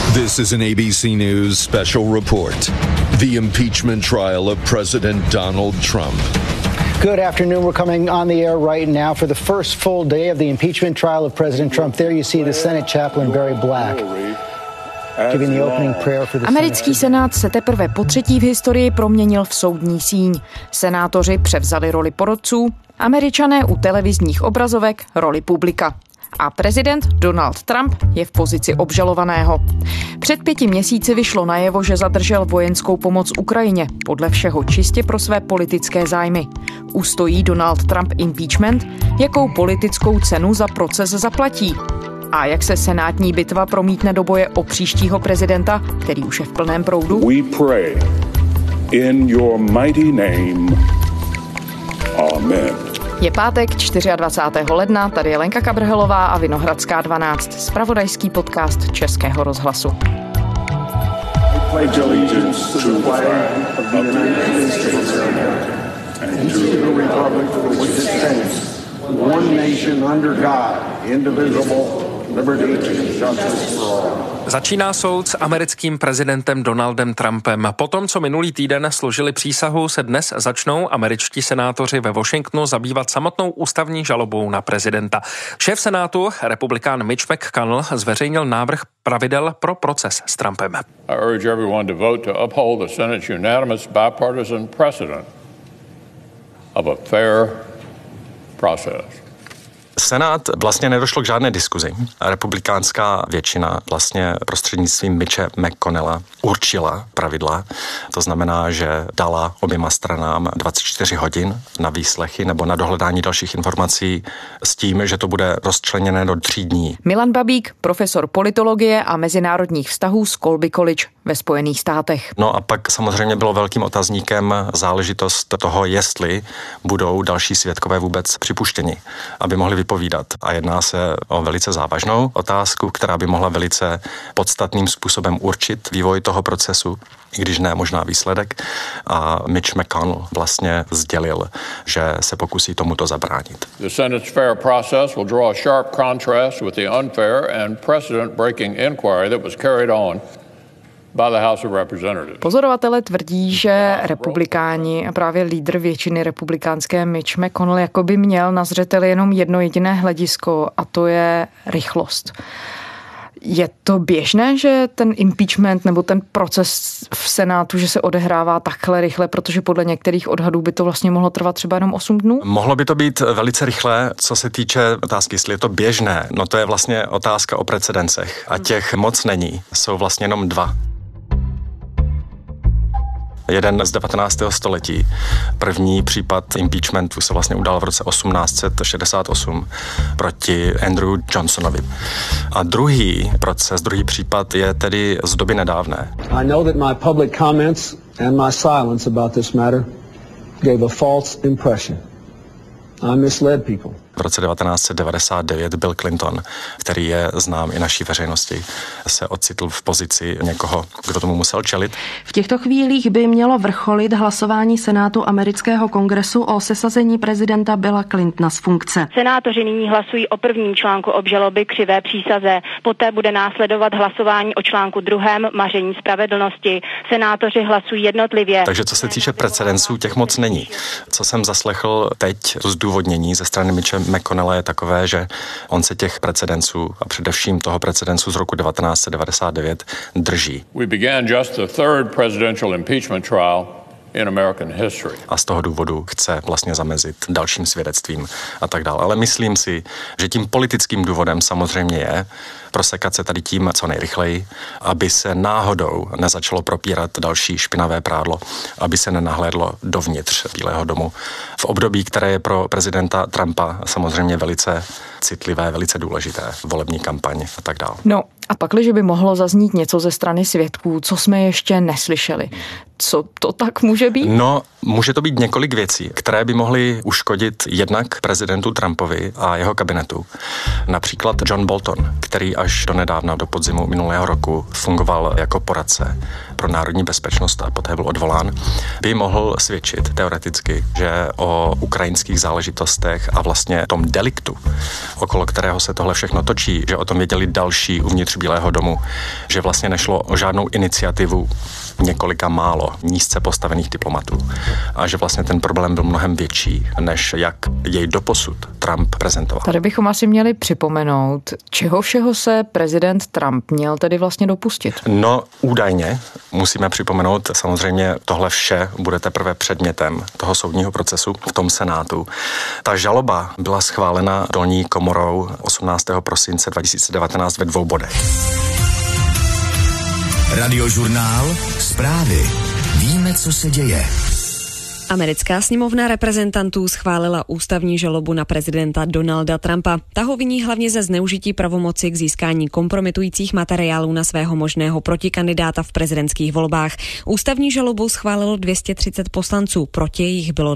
This is an ABC News special report. The impeachment trial of President Donald Trump. Good afternoon. We're coming on the air right now for the first full day of the impeachment trial of President Trump. There you see the Senate chaplain Barry Black giving the opening prayer for the Americký senát se teprve po třetí v historii proměnil v soudní síň. Senátoři převzali roli porotců, Američané u televizních obrazovek roli publika. A prezident Donald Trump je v pozici obžalovaného. Před 5 měsíci vyšlo najevo, že zadržel vojenskou pomoc Ukrajině, podle všeho čistě pro své politické zájmy. Ustojí Donald Trump impeachment? Jakou politickou cenu za proces zaplatí? A jak se senátní bitva promítne do boje o příštího prezidenta, který už je v plném proudu? We pray in your mighty name. Amen. Je pátek 24. ledna, tady je Lenka Kabrhelová a Vinohradská 12, zpravodajský podcast Českého rozhlasu. Začíná soud s americkým prezidentem Donaldem Trumpem. Potom, co minulý týden složili přísahu, se dnes začnou američtí senátoři ve Washingtonu zabývat samotnou ústavní žalobou na prezidenta. Šéf senátu, republikán Mitch McConnell, zveřejnil návrh pravidel pro proces s Trumpem. I urge everyone to vote to uphold the Senate's unanimous bipartisan precedent of a fair process. Senát vlastně nedošlo k žádné diskuzi. Republikánská většina vlastně prostřednictvím Mitche McConnella určila pravidla. To znamená, že dala oběma stranám 24 hodin na výslechy nebo na dohledání dalších informací s tím, že to bude rozčleněné do 3 dní. Milan Babík, profesor politologie a mezinárodních vztahů z Colby College ve Spojených státech. No a pak samozřejmě bylo velkým otazníkem záležitost toho, jestli budou další svědkové vůbec připuštěni, aby mohli vypovídat. A jedná se o velice závažnou otázku, která by mohla velice podstatným způsobem určit vývoj toho procesu, i když ne možná výsledek. A Mitch McConnell vlastně sdělil, že se pokusí tomuto zabránit. The Senate's fair process will draw a sharp contrast with the unfair and precedent-breaking inquiry that was carried on by the House of Representatives. Pozorovatele tvrdí, že republikáni a právě lídr většiny republikánské Mitch McConnell jako by měl na zřeteli jenom jedno jediné hledisko, a to je rychlost. Je to běžné, že ten impeachment nebo ten proces v Senátu, že se odehrává takhle rychle, protože podle některých odhadů by to vlastně mohlo trvat třeba jenom 8 dnů? Mohlo by to být velice rychle, co se týče otázky, jestli je to běžné. No to je vlastně otázka o precedencech a těch moc není. Jsou vlastně jenom 2. Jeden z 19. století. První případ impeachmentu se vlastně udál v roce 1868 proti Andrew Johnsonovi. A druhý případ je tedy z doby nedávné. I know that my public comments and my silence about this matter gave a false impression. I misled people. V roce 1999 Bill Clinton, který je znám i naší veřejnosti, se ocitl v pozici někoho, kdo tomu musel čelit. V těchto chvílích by mělo vrcholit hlasování Senátu amerického kongresu o sesazení prezidenta Billa Clintona z funkce. Senátoři nyní hlasují o prvním článku obžaloby křivé přísaze. Poté bude následovat hlasování o článku 2. maření spravedlnosti. Senátoři hlasují jednotlivě. Takže co se týče precedenců, těch moc není. Co jsem zaslechl teď, to zdůvodnění ze strany Mitche McConnella je takové, že on se těch precedenců a především toho precedencu z roku 1999 drží. We began just the third presidential impeachment trial in American history. A z toho důvodu chce vlastně zamezit dalším svědectvím a tak dále. Ale myslím si, že tím politickým důvodem samozřejmě je prosekat se tady tím co nejrychleji, aby se náhodou nezačalo propírat další špinavé prádlo, aby se nenahlédlo dovnitř Bílého domu. V období, které je pro prezidenta Trumpa samozřejmě velice citlivé, velice důležité, volební kampaň a tak dále. No a pakliže by mohlo zaznít něco ze strany svědků, co jsme ještě neslyšeli, co to tak může být? No, může to být několik věcí, které by mohly uškodit jednak prezidentu Trumpovi a jeho kabinetu. Například John Bolton, který až donedávna do podzimu minulého roku fungoval jako poradce pro národní bezpečnost a poté byl odvolán, by mohl svědčit teoreticky, že o ukrajinských záležitostech a vlastně tom deliktu, okolo kterého se tohle všechno točí, že o tom věděli další uvnitř komunikaci Bílého domu, že vlastně nešlo o žádnou iniciativu několika málo nízce postavených diplomatů a že vlastně ten problém byl mnohem větší, než jak jej doposud Trump prezentoval. Tady bychom asi měli připomenout, čeho všeho se prezident Trump měl tedy vlastně dopustit. No, údajně musíme připomenout, samozřejmě tohle vše bude teprve předmětem toho soudního procesu v tom Senátu. Ta žaloba byla schválena dolní komorou 18. prosince 2019 ve 2 bodech. Radiožurnál, zprávy. Víme, co se děje. Americká sněmovna reprezentantů schválila ústavní žalobu na prezidenta Donalda Trumpa. Ta ho viní hlavně ze zneužití pravomoci k získání kompromitujících materiálů na svého možného protikandidáta v prezidentských volbách. Ústavní žalobu schválilo 230 poslanců, proti jich bylo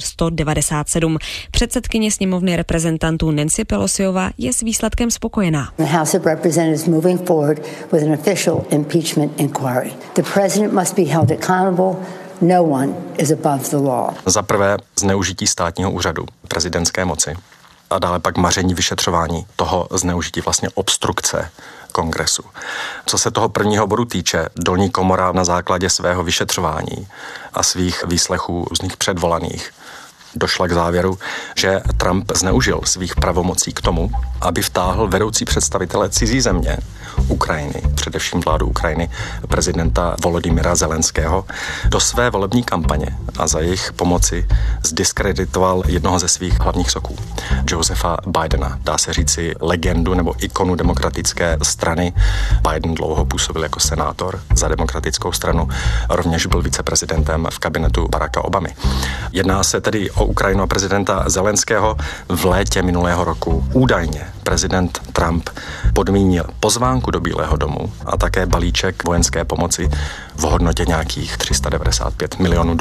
197. Předsedkyně sněmovny reprezentantů Nancy Pelosiová je s výsledkem spokojená. The House of Representatives moving forward with an official impeachment inquiry. The president must be held accountable. No one is above the law. Za prvé zneužití státního úřadu, prezidentské moci a dále pak maření vyšetřování toho zneužití, vlastně obstrukce kongresu. Co se toho prvního bodu týče, dolní komora na základě svého vyšetřování a svých výslechů různých předvolaných došla k závěru, že Trump zneužil svých pravomocí k tomu, aby vtáhl vedoucí představitele cizí země, Ukrajiny, především vládu Ukrajiny, prezidenta Volodymyra Zelenského, do své volební kampaně a za jejich pomoci zdiskreditoval jednoho ze svých hlavních soků, Josepha Bidena. Dá se říci legendu nebo ikonu demokratické strany. Biden dlouho působil jako senátor za demokratickou stranu, rovněž byl viceprezidentem v kabinetu Baracka Obamy. Jedná se tedy o Ukrajinu a prezidenta Zelenského. V létě minulého roku údajně prezident Trump podmínil pozvánku do Bílého domu a také balíček vojenské pomoci v hodnotě nějakých $395 milionů.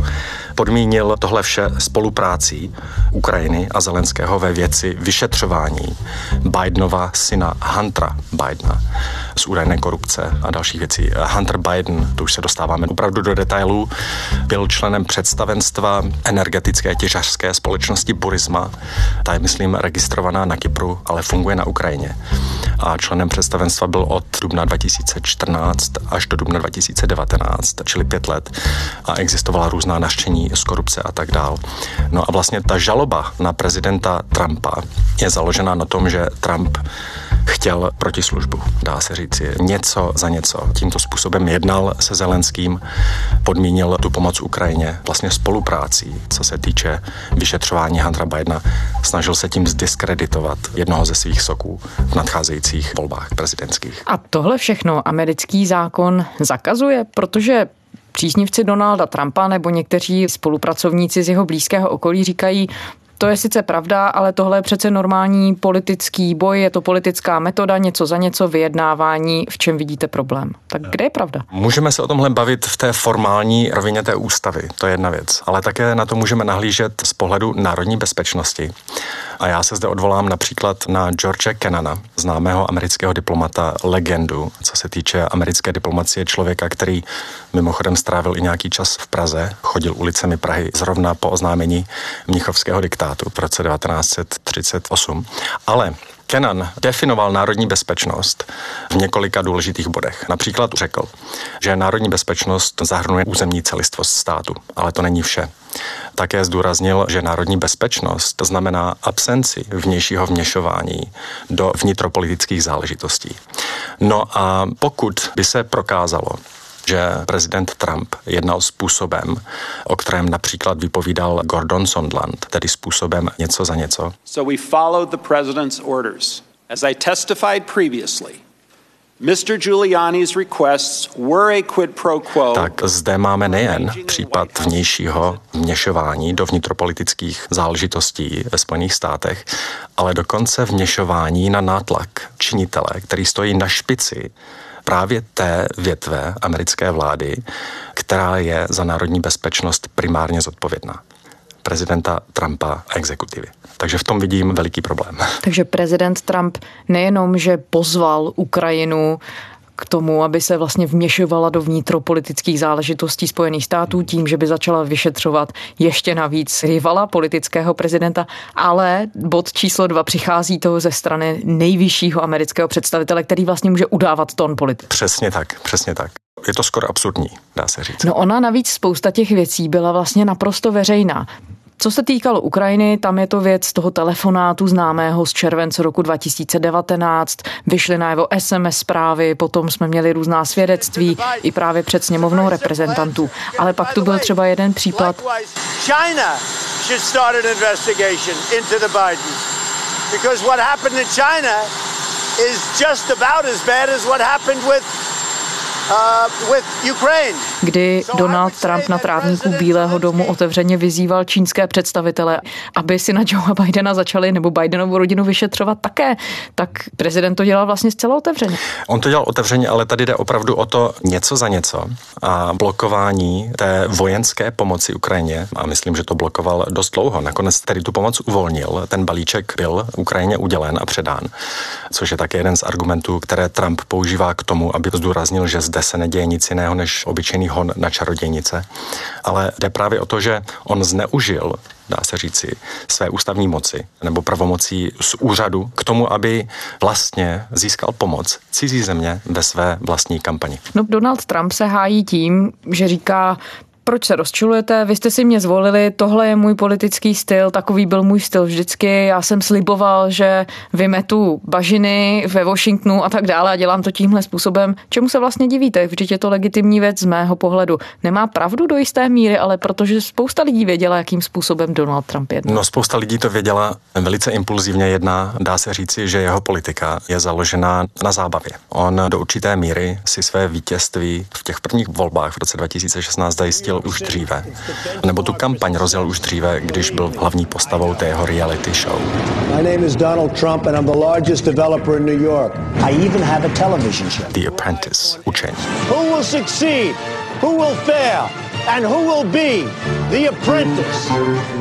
Podmínil tohle vše spoluprácí Ukrajiny a Zelenského ve věci vyšetřování Bidenova syna Huntera Bidena z údajné korupce a dalších věcí. Hunter Biden, to už se dostáváme opravdu do detailů, byl členem představenstva energetické těžařské společnosti Burisma. Ta je, myslím, registrovaná na Kypru, ale funguje na Ukrajině. A členem představenstva byl od dubna 2014 až do dubna 2019, čili 5 let. A existovala různá nařčení z korupce a tak dál. No a vlastně ta žaloba na prezidenta Trumpa je založena na tom, že Trump chtěl protislužbu, dá se říci, něco za něco. Tímto způsobem jednal se Zelenským, podmínil tu pomoc Ukrajině vlastně spoluprácí, co se týče vyšetřování Huntera Bidena. Snažil se tím zdiskreditovat jednoho ze svých soků v nadcházejících volbách prezidentských. A tohle všechno americký zákon zakazuje, protože příznivci Donalda Trumpa nebo někteří spolupracovníci z jeho blízkého okolí říkají, to je sice pravda, ale tohle je přece normální politický boj, je to politická metoda, něco za něco, vyjednávání, v čem vidíte problém. Tak kde je pravda? Můžeme se o tomhle bavit v té formální rovině té ústavy, to je jedna věc, ale také na to můžeme nahlížet z pohledu národní bezpečnosti. A já se zde odvolám například na George Kennana, známého amerického diplomata, legendu, co se týče americké diplomacie, člověka, který mimochodem strávil i nějaký čas v Praze, chodil ulicemi Prahy zrovna po oznámení mnichovského diktátu v roce 1938. Ale Kennan definoval národní bezpečnost v několika důležitých bodech. Například řekl, že národní bezpečnost zahrnuje územní celistvost státu, ale to není vše. Také zdůraznil, že národní bezpečnost znamená absenci vnějšího vměšování do vnitropolitických záležitostí. No a pokud by se prokázalo, že prezident Trump jednal způsobem, o kterém například vypovídal Gordon Sondland, tedy způsobem něco za něco. So we followed the president's orders. As I testified previously, Mr. Giuliani's requests were a quid pro quo. Tak zde máme nejen případ vnějšího vměšování do vnitropolitických záležitostí ve Spojených státech, ale dokonce vměšování na nátlak činitele, který stojí na špici právě té větve americké vlády, která je za národní bezpečnost primárně zodpovědná. Prezidenta Trumpa a exekutivy. Takže v tom vidím veliký problém. Takže prezident Trump nejenom, že pozval Ukrajinu k tomu, aby se vlastně vměšovala do vnitropolitických záležitostí Spojených států tím, že by začala vyšetřovat ještě navíc rivala politického prezidenta, ale bod číslo 2 přichází to ze strany nejvyššího amerického představitele, který vlastně může udávat tón politiky. Přesně tak. Je to skoro absurdní, dá se říct. No ona navíc spousta těch věcí byla vlastně naprosto veřejná. Co se týkalo Ukrajiny, tam je to věc toho telefonátu známého z července roku 2019. Vyšly najevo SMS zprávy, potom jsme měli různá svědectví i právě před sněmovnou reprezentantů. Ale pak tu byl třeba jeden případ. China should start an investigation into the Bidens. Because what happened in China is just about as bad as what happened with Ukraine. Kdy Donald Trump na trávníku Bílého domu otevřeně vyzýval čínské představitele, aby si na Joea Bidena začali nebo Bidenovu rodinu vyšetřovat také. Tak prezident to dělal vlastně zcela otevřeně. On to dělal otevřeně, ale tady jde opravdu o to něco za něco a blokování té vojenské pomoci Ukrajině. A myslím, že to blokoval dost dlouho. Nakonec tedy tu pomoc uvolnil. Ten balíček byl Ukrajině udělen a předán, což je také jeden z argumentů, které Trump používá k tomu, aby zdůraznil, že zde se neděje nic jiného než obyčejný hon na čarodějnice. Ale jde právě o to, že on zneužil, dá se říci, své ústavní moci nebo pravomocí z úřadu k tomu, aby vlastně získal pomoc cizí země ve své vlastní kampani. No, Donald Trump se hájí tím, že říká: proč se rozčilujete, vy jste si mě zvolili, tohle je můj politický styl, takový byl můj styl vždycky, já jsem sliboval, že vymetu bažiny ve Washingtonu a tak dále a dělám to tímhle způsobem. Čemu se vlastně divíte? Vždyť je to legitimní věc z mého pohledu. Nemá pravdu do jisté míry, ale protože spousta lidí věděla, jakým způsobem Donald Trump jedná. No, spousta lidí to věděla, velice impulzivně jedná, dá se říci, že jeho politika je založená na zábavě. On do určité míry si své vítězství v těch prvních volbách v roce 2016 zajistil už dříve. Nebo tu kampaň rozjel už dříve, když byl hlavní postavou té jeho reality show. My name is Donald Trump and I'm the largest developer in New York. I even have a television show. The Apprentice, učení. Who will succeed? Who will fail? And who will be the apprentice?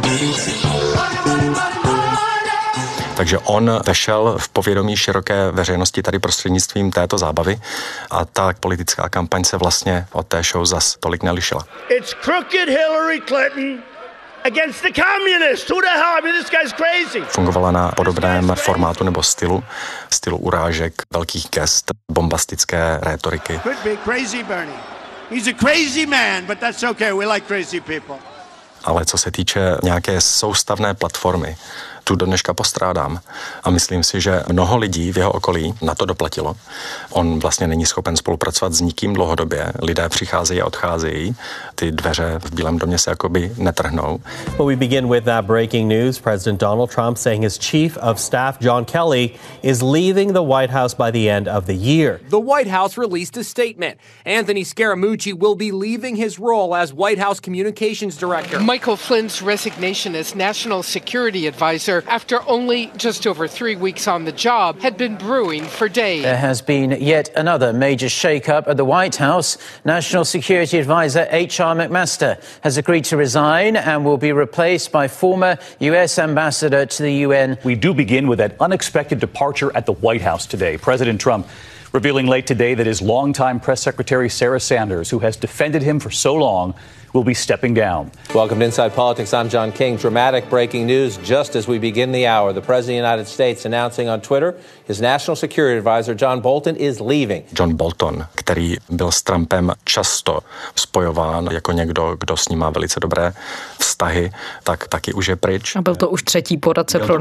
Takže on vešel v povědomí široké veřejnosti tady prostřednictvím této zábavy a ta politická kampaň se vlastně od té show zas tolik nelišila. It's crooked Hillary Clinton against the communists. Who the hell? I mean, this guy's crazy. Fungovala na podobném formátu nebo stylu urážek, velkých gest, bombastické rétoriky. Could be crazy Bernie. He's a crazy man, but that's okay. We like crazy people. Ale co se týče nějaké soustavné platformy, tu do dneška postrádám a myslím si, že mnoho lidí v jeho okolí na to doplatilo. On vlastně není schopen spolupracovat s nikým dlouhodobě. Lidé přicházejí a odcházejí. Ty dveře v Bílém domě se jakoby netrhnou. Well, we begin with that breaking news. President Donald Trump saying his chief of staff, John Kelly, is leaving the White House by the end of the year. The White House released a statement. Anthony Scaramucci will be leaving his role as White House Communications Director. Michael Flynn's resignation as National Security Advisor after only just over 3 weeks on the job had been brewing for days. There has been yet another major shake-up at the White House. National Security Advisor H.R. McMaster has agreed to resign and will be replaced by former U.S. Ambassador to the UN. We do begin with that unexpected departure at the White House today. President Trump revealing late today that his longtime press secretary Sarah Sanders, who has defended him for so long, will be stepping down. Welcome to Inside Politics. I'm John King. Dramatic breaking news just as we begin the hour. The President of the United States announcing on Twitter his National Security Advisor John Bolton is leaving. John Bolton, který byl s Trumpem často spojován jako někdo, kdo s ním má velice dobré vztahy, tak taky už je pryč. A byl to už třetí poradce pro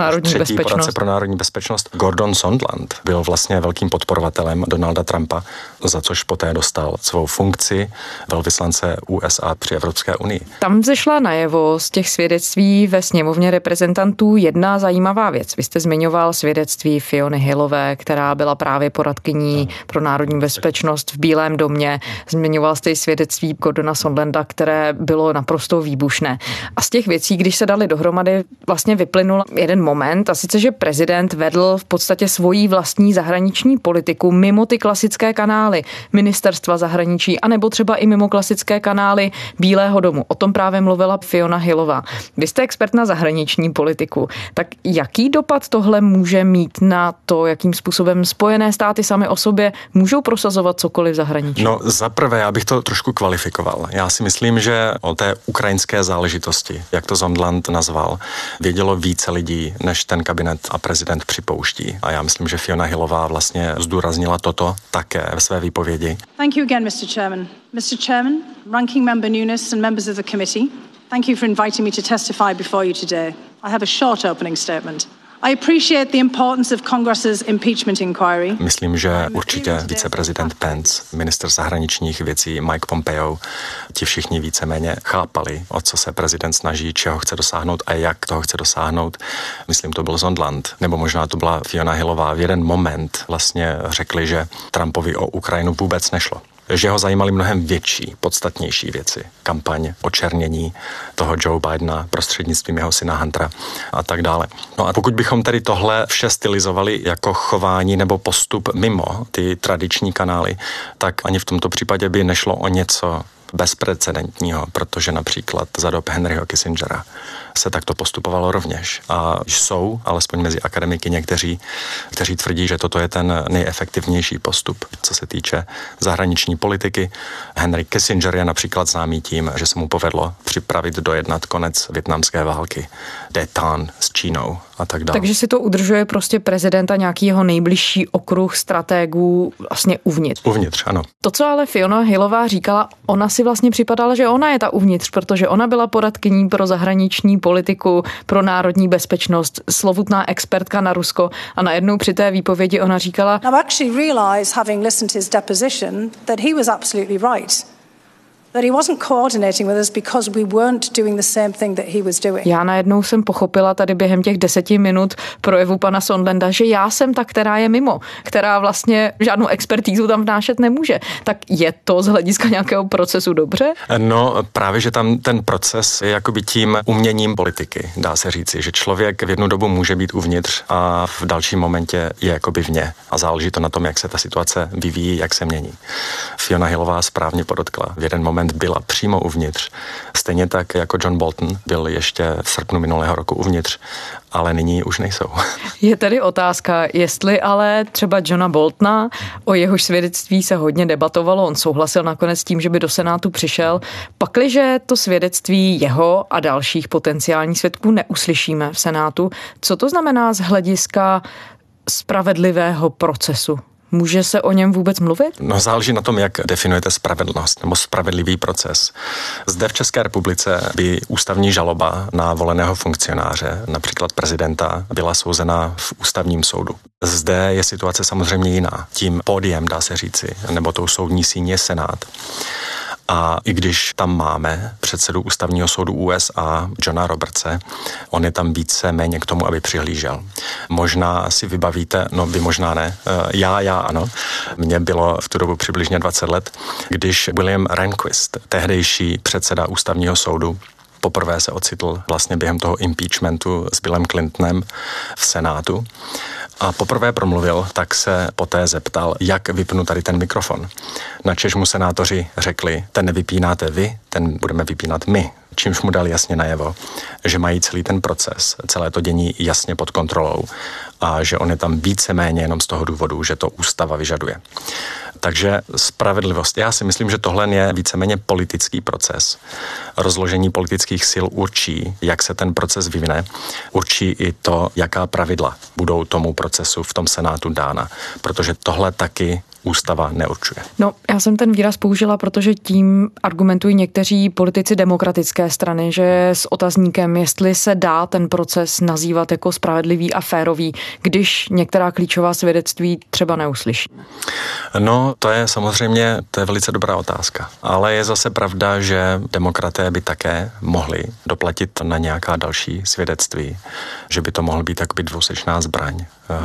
národní bezpečnost. Gordon Sondland byl vlastně velkým podporovatelem Donalda Trumpa, za což poté dostal svou funkci velvyslance USA při Evropské unii. Tam zešla najevo z těch svědectví ve sněmovně reprezentantů jedna zajímavá věc. Vy jste zmiňoval svědectví Fiony Hillové, která byla právě poradkyní pro národní bezpečnost v Bílém domě. Zmiňoval jste i svědectví Gordona Sondlanda, které bylo naprosto výbušné. A z těch věcí, když se dali dohromady, vlastně vyplynul jeden moment, a sice, že prezident vedl v podstatě svoji vlastní zahraniční politiku mimo ty klasické kanály ministerstva zahraničí, anebo třeba i mimo klasické kanály Bílého domu. O tom právě mluvila Fiona Hillová. Vy jste expert na zahraniční politiku. Tak jaký dopad tohle může mít na to, jakým způsobem Spojené státy sami o sobě můžou prosazovat cokoliv v zahraničí? No zaprvé, já bych to trošku kvalifikoval. Já si myslím, že o té ukrajinské záležitosti, jak to Sondland nazval, vědělo více lidí, než ten kabinet a prezident připouští. A já myslím, že Fiona Hillová vlastně zdůraznila toto také ve své výpovědi. Thank you again, Mr. Chairman. Mr. Chairman, Ranking Member Nunes and members of the committee, thank you for inviting me to testify before you today. I have a short opening statement. I appreciate the importance of Congress's impeachment inquiry. Myslím, že určitě viceprezident Pence, ministr zahraničních věcí Mike Pompeo, ti všichni víceméně chápali, o co se prezident snaží, čeho chce dosáhnout a jak toho chce dosáhnout. Myslím, to byl Sondland, nebo možná to byla Fiona Hillová. V jeden moment vlastně řekli, že Trumpovi o Ukrajinu vůbec nešlo. Že ho zajímaly mnohem větší, podstatnější věci. Kampaň, očernění toho Joe Bidena prostřednictvím jeho syna Huntera a tak dále. No a pokud bychom tedy tohle vše stylizovali jako chování nebo postup mimo ty tradiční kanály, tak ani v tomto případě by nešlo o něco bezprecedentního, protože například za dob Henryho Kissingera se takto postupovalo rovněž. A jsou, alespoň mezi akademiky někteří, kteří tvrdí, že toto je ten nejefektivnější postup, co se týče zahraniční politiky. Henry Kissinger je například známý tím, že se mu povedlo připravit dojednat konec vietnamské války, détente s Čínou a tak dále. Takže si to udržuje prostě prezidenta nějaký jeho nejbližší okruh stratégů vlastně uvnitř. Uvnitř, ano. To, co ale Fiona Hillová říkala, ona si vlastně připadala, že ona je ta uvnitř, protože ona byla poradkyní pro zahraniční politiku, pro národní bezpečnost, slovutná expertka na Rusko a najednou při té výpovědi ona říkala: Now actually realize, having listened to his deposition, that he was absolutely right. That he wasn't coordinating with us because we weren't doing the same thing that he was doing. Já najednou jsem pochopila tady během těch 10 minut projevu pana Sondlanda, že já jsem ta, která je mimo, která vlastně žádnou expertízu tam vnášet nemůže. Tak je to z hlediska nějakého procesu dobře? No právě, že tam ten proces je jakoby tím uměním politiky, dá se říci, že člověk v jednu dobu může být uvnitř a v dalším momentě je jakoby vně a záleží to na tom, jak se ta situace vyvíjí, jak se mění. Fiona Hillová správně podotkla, v jeden moment byla přímo uvnitř. Stejně tak jako John Bolton byl ještě v srpnu minulého roku uvnitř, ale nyní už nejsou. Je tedy otázka, jestli ale třeba Johna Boltona, o jehož svědectví se hodně debatovalo, on souhlasil nakonec s tím, že by do Senátu přišel, pakliže to svědectví jeho a dalších potenciálních svědků neuslyšíme v Senátu, co to znamená z hlediska spravedlivého procesu? Může se o něm vůbec mluvit? No záleží na tom, jak definujete spravedlnost nebo spravedlivý proces. Zde v České republice by ústavní žaloba na voleného funkcionáře, například prezidenta, byla souzena v ústavním soudu. Zde je situace samozřejmě jiná. Tím pódiem, dá se říci, nebo tou soudní síní je Senát. A i když tam máme předsedu ústavního soudu USA, Johna Robertse, on je tam více méně k tomu, aby přihlížel. Možná si vybavíte, no vy možná ne, já ano, mně bylo v tu dobu přibližně 20 let, když William Rehnquist, tehdejší předseda ústavního soudu, poprvé se ocitl vlastně během toho impeachmentu s Billem Clintonem v Senátu a poprvé promluvil, tak se poté zeptal, jak vypnu tady ten mikrofon. Načež mu senátoři řekli, ten nevypínáte vy, ten budeme vypínat my. Čímž mu dal jasně najevo, že mají celý ten proces, celé to dění jasně pod kontrolou a že on je tam víceméně jenom z toho důvodu, že to ústava vyžaduje. Takže spravedlivost. Já si myslím, že tohle je víceméně politický proces. Rozložení politických sil určí, jak se ten proces vyvine, určí i to, jaká pravidla budou tomu procesu v tom Senátu dána, protože tohle taky ústava neurčuje. No, já jsem ten výraz použila, protože tím argumentují někteří politici demokratické strany, že s otazníkem, jestli se dá ten proces nazývat jako spravedlivý a férový, když některá klíčová svědectví třeba neuslyší. No, to je samozřejmě, to je velice dobrá otázka. Ale je zase pravda, že demokraté by také mohli doplatit na nějaká další svědectví, že by to mohl být jakoby dvousečná zbraň.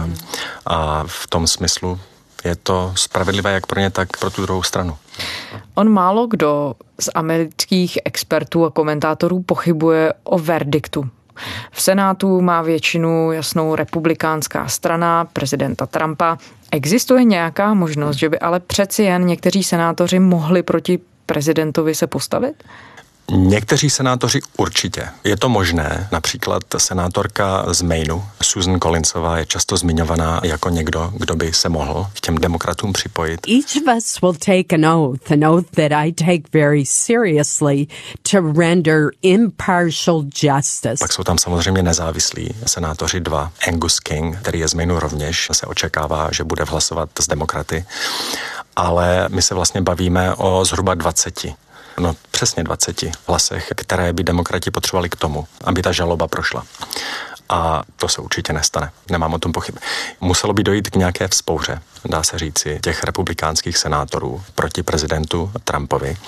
A v tom smyslu je to spravedlivé jak pro ně, tak pro tu druhou stranu. On málo kdo z amerických expertů a komentátorů pochybuje o verdiktu. V Senátu má většinu jasnou republikánská strana prezidenta Trumpa Existuje nějaká možnost, že by ale přeci jen někteří senátoři mohli proti prezidentovi se postavit? Někteří senátoři určitě. Je to možné. Například senátorka z Mainu, Susan Collinsová, je často zmiňovaná jako někdo, kdo by se mohl k těm demokratům připojit. Each of us will take an oath that I take very seriously to render impartial justice. Pak jsou tam samozřejmě nezávislí senátoři dva. Angus King, který je z Mainu rovněž, se očekává, že bude hlasovat s demokraty. Ale my se vlastně bavíme o zhruba 20. No přesně 20 hlasech, které by demokrati potřebovali k tomu, aby ta žaloba prošla. A to se určitě nestane, nemám o tom pochyb. Muselo by dojít k nějaké vzpouře, dá se říci, těch republikánských senátorů proti prezidentu Trumpovi.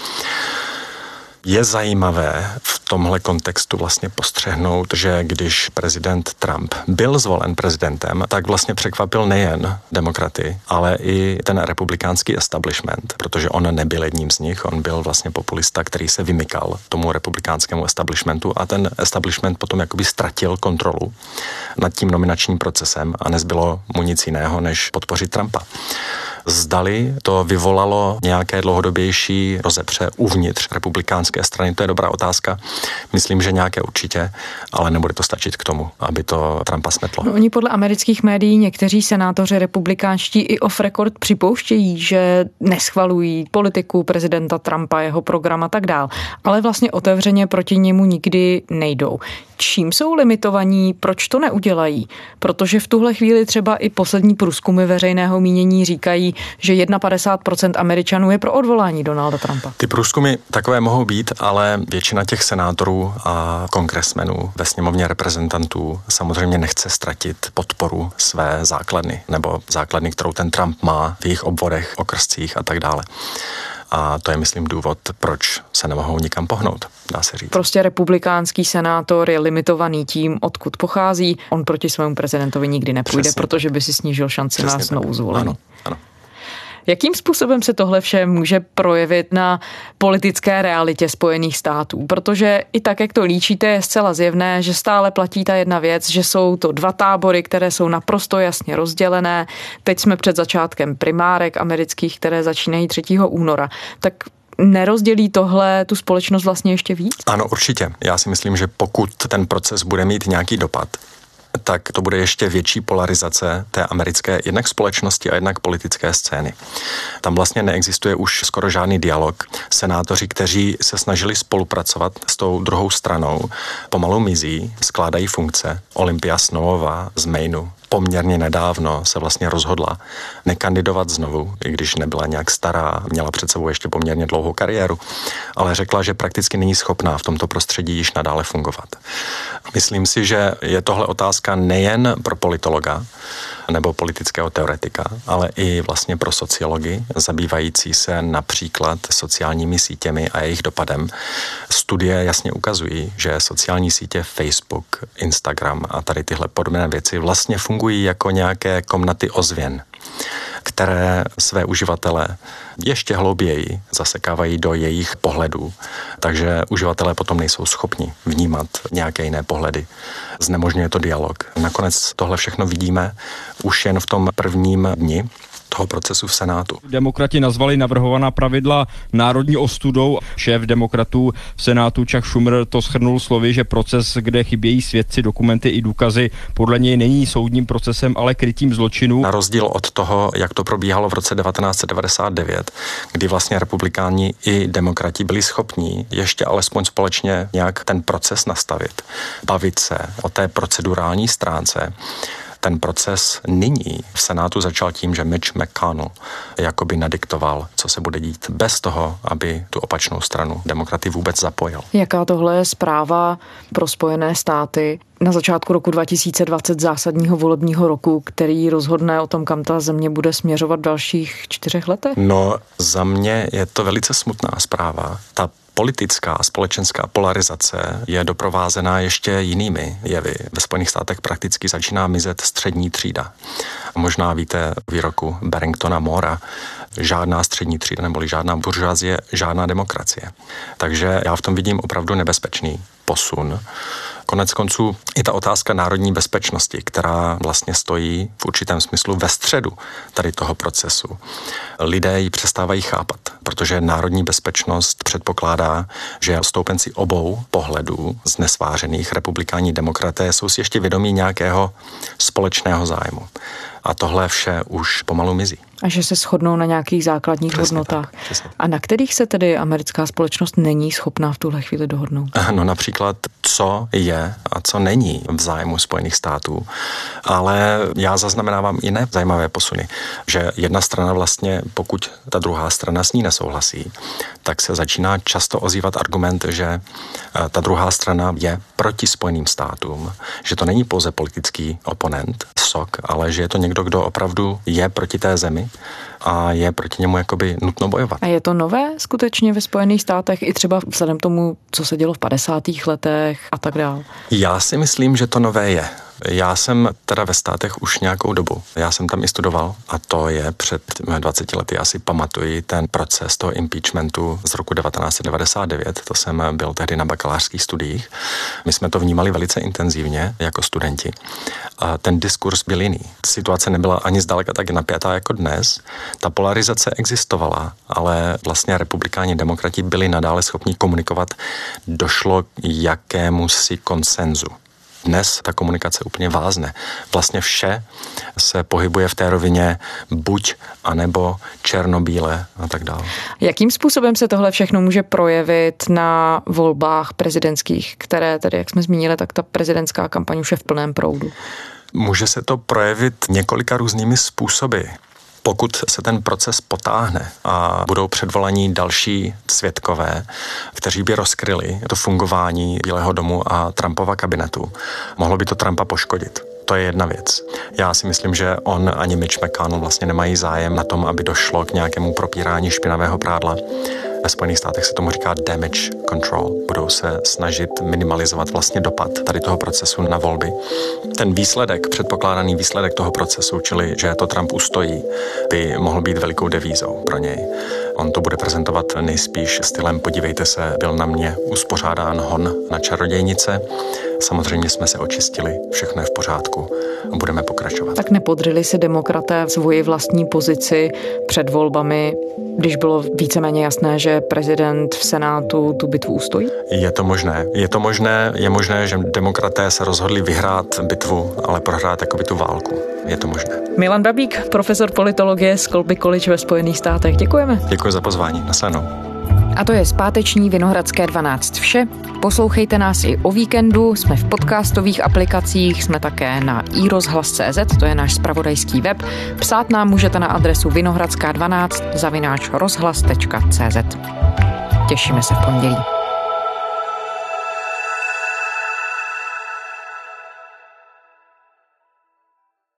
Je zajímavé v tomhle kontextu vlastně postřehnout, že když prezident Trump byl zvolen prezidentem, tak vlastně překvapil nejen demokraty, ale i ten republikánský establishment, protože on nebyl jedním z nich, on byl vlastně populista, který se vymykal tomu republikánskému establishmentu a ten establishment potom jakoby ztratil kontrolu nad tím nominačním procesem a nezbylo mu nic jiného, než podpořit Trumpa. Zdali to vyvolalo nějaké dlouhodobější rozepře uvnitř republikánské strany, to je dobrá otázka. Myslím, že nějaké určitě, ale nebude to stačit k tomu, aby to Trumpa smetlo. No, oni podle amerických médií někteří senátoři republikánští i off record připouštějí, že neschvalují politiku prezidenta Trumpa, jeho program a tak dál, ale vlastně otevřeně proti němu nikdy nejdou. Čím jsou limitovaní, proč to neudělají? Protože v tuhle chvíli třeba i poslední průzkumy veřejného mínění říkají, že 51% Američanů je pro odvolání Donalda Trumpa. Ty průzkumy takové mohou být, ale většina těch senátorů a kongresmenů ve sněmovně reprezentantů samozřejmě nechce ztratit podporu své základny, nebo základny, kterou ten Trump má v jejich obvodech, okrscích a tak dále. A to je, myslím, důvod, proč se nemohou nikam pohnout, dá se říct. Prostě republikánský senátor je limitovaný tím, odkud pochází. On proti svému prezidentovi nikdy nepůjde, přesně, protože by si snížil šanci na znovu zvolení. Ano. Jakým způsobem se tohle vše může projevit na politické realitě Spojených států? Protože i tak, jak to líčíte, je zcela zjevné, že stále platí ta jedna věc, že jsou to dva tábory, které jsou naprosto jasně rozdělené. Teď jsme před začátkem primárek amerických, které začínají 3. února. Tak nerozdělí tohle tu společnost vlastně ještě víc? Ano, určitě. Já si myslím, že pokud ten proces bude mít nějaký dopad, tak to bude ještě větší polarizace té americké jednak společnosti a jednak politické scény. Tam vlastně neexistuje už skoro žádný dialog. Senátoři, kteří se snažili spolupracovat s tou druhou stranou, pomalu mizí, skládají funkce. Olympia Snowová z Mainu poměrně nedávno se vlastně rozhodla nekandidovat znovu, i když nebyla nějak stará, měla před sebou ještě poměrně dlouhou kariéru, ale řekla, že prakticky není schopná v tomto prostředí již nadále fungovat. Myslím si, že je tohle otázka nejen pro politologa nebo politického teoretika, ale i vlastně pro sociology, zabývající se například sociálními sítěmi a jejich dopadem. Studie jasně ukazují, že sociální sítě Facebook, Instagram a tady tyhle podobné věci vlastně fungují jako nějaké komnaty ozvěn, které své uživatele ještě hlouběji zasekávají do jejich pohledů. Takže uživatelé potom nejsou schopni vnímat nějaké jiné pohledy. Znemožňuje to dialog. Nakonec tohle všechno vidíme už jen v tom prvním dni toho procesu v Senátu. Demokrati nazvali navrhovaná pravidla národní ostudou. Šéf demokratů v Senátu Chuck Schumer to shrnul slovy, že proces, kde chybějí svědci, dokumenty i důkazy, podle něj není soudním procesem, ale krytím zločinů. Na rozdíl od toho, jak to probíhalo v roce 1999, kdy vlastně republikáni i demokrati byli schopní ještě alespoň společně nějak ten proces nastavit, bavit se o té procedurální stránce. Ten proces nyní v Senátu začal tím, že Mitch McConnell jakoby nadiktoval, co se bude dít, bez toho, aby tu opačnou stranu demokraty vůbec zapojil. Jaká tohle je zpráva pro Spojené státy na začátku roku 2020, zásadního volebního roku, který rozhodne o tom, kam ta země bude směřovat v dalších 4 letech? No, za mě je to velice smutná zpráva. Ta politická a společenská polarizace je doprovázená ještě jinými jevy. Ve Spojených státech prakticky začíná mizet střední třída. Možná víte výroku Barringtona Moora, žádná střední třída neboli žádná buržoazie, žádná demokracie. Takže já v tom vidím opravdu nebezpečný posun Konec konců i ta otázka národní bezpečnosti, která vlastně stojí v určitém smyslu ve středu tady toho procesu. Lidé ji přestávají chápat, protože národní bezpečnost předpokládá, že stoupenci obou pohledů znesvářených republikáni demokraté jsou si ještě vědomí nějakého společného zájmu. A tohle vše už pomalu mizí. A že se shodnou na nějakých základních hodnotách. A na kterých se tedy americká společnost není schopná v tuhle chvíli dohodnout? No například, co je a co není v zájmu Spojených států. Ale já zaznamenávám jiné zajímavé posuny, že jedna strana vlastně, pokud ta druhá strana s ní nesouhlasí, tak se začíná často ozývat argument, že ta druhá strana je proti Spojeným státům, že to není pouze politický oponent, sok, ale že je to někdo, kdo opravdu je proti té zemi a je proti němu jakoby nutno bojovat. A je to nové skutečně ve Spojených státech i třeba vzhledem tomu, co se dělo v 50. letech a tak dále? Já si myslím, že to nové je. Já jsem teda ve státech už nějakou dobu. Já jsem tam i studoval a to je před 20 lety. Já si pamatuji ten proces toho impeachmentu z roku 1999. To jsem byl tehdy na bakalářských studiích. My jsme to vnímali velice intenzivně jako studenti. A ten diskurs byl jiný. Situace nebyla ani zdaleka tak napjatá jako dnes. Ta polarizace existovala, ale vlastně republikáni, demokrati byli nadále schopni komunikovat. Došlo k jakémusi konsenzu. Dnes ta komunikace úplně vázne. Vlastně vše se pohybuje v té rovině buď, anebo černobíle a tak dále. Jakým způsobem se tohle všechno může projevit na volbách prezidentských, které tedy, jak jsme zmínili, tak ta prezidentská kampaň už je v plném proudu? Může se to projevit několika různými způsoby. Pokud se ten proces potáhne a budou předvolaní další svědkové, kteří by rozkryli to fungování Bílého domu a Trumpova kabinetu, mohlo by to Trumpa poškodit. To je jedna věc. Já si myslím, že on ani Mitch McConnell vlastně nemají zájem na tom, aby došlo k nějakému propírání špinavého prádla. Ve Spojených státech se tomu říká damage control. Budou se snažit minimalizovat vlastně dopad tady toho procesu na volby. Ten výsledek, předpokládaný výsledek toho procesu, čili že to Trump ustojí, by mohl být velikou devízou pro něj. On to bude prezentovat nejspíš stylem podívejte se, byl na mě uspořádán hon na čarodějnice. Samozřejmě jsme se očistili, všechno je v pořádku a budeme pokračovat. Tak nepodryli si demokraté svoji vlastní pozici před volbami, když bylo víceméně jasné, že prezident v Senátu tu bitvu ustojí? Je možné, že demokraté se rozhodli vyhrát bitvu, ale prohrát jakoby tu válku. Je to možné. Milan Babík, profesor politologie z Colby College ve Spojených státech. Děkujeme. Děkuji za pozvání. Nasledanou. A to je zpáteční Vinohradské 12 vše. Poslouchejte nás i o víkendu, jsme v podcastových aplikacích, jsme také na iRozhlas.cz, to je náš zpravodajský web. Psát nám můžete na adresu vinohradská12 @rozhlas.cz. Těšíme se v pondělí.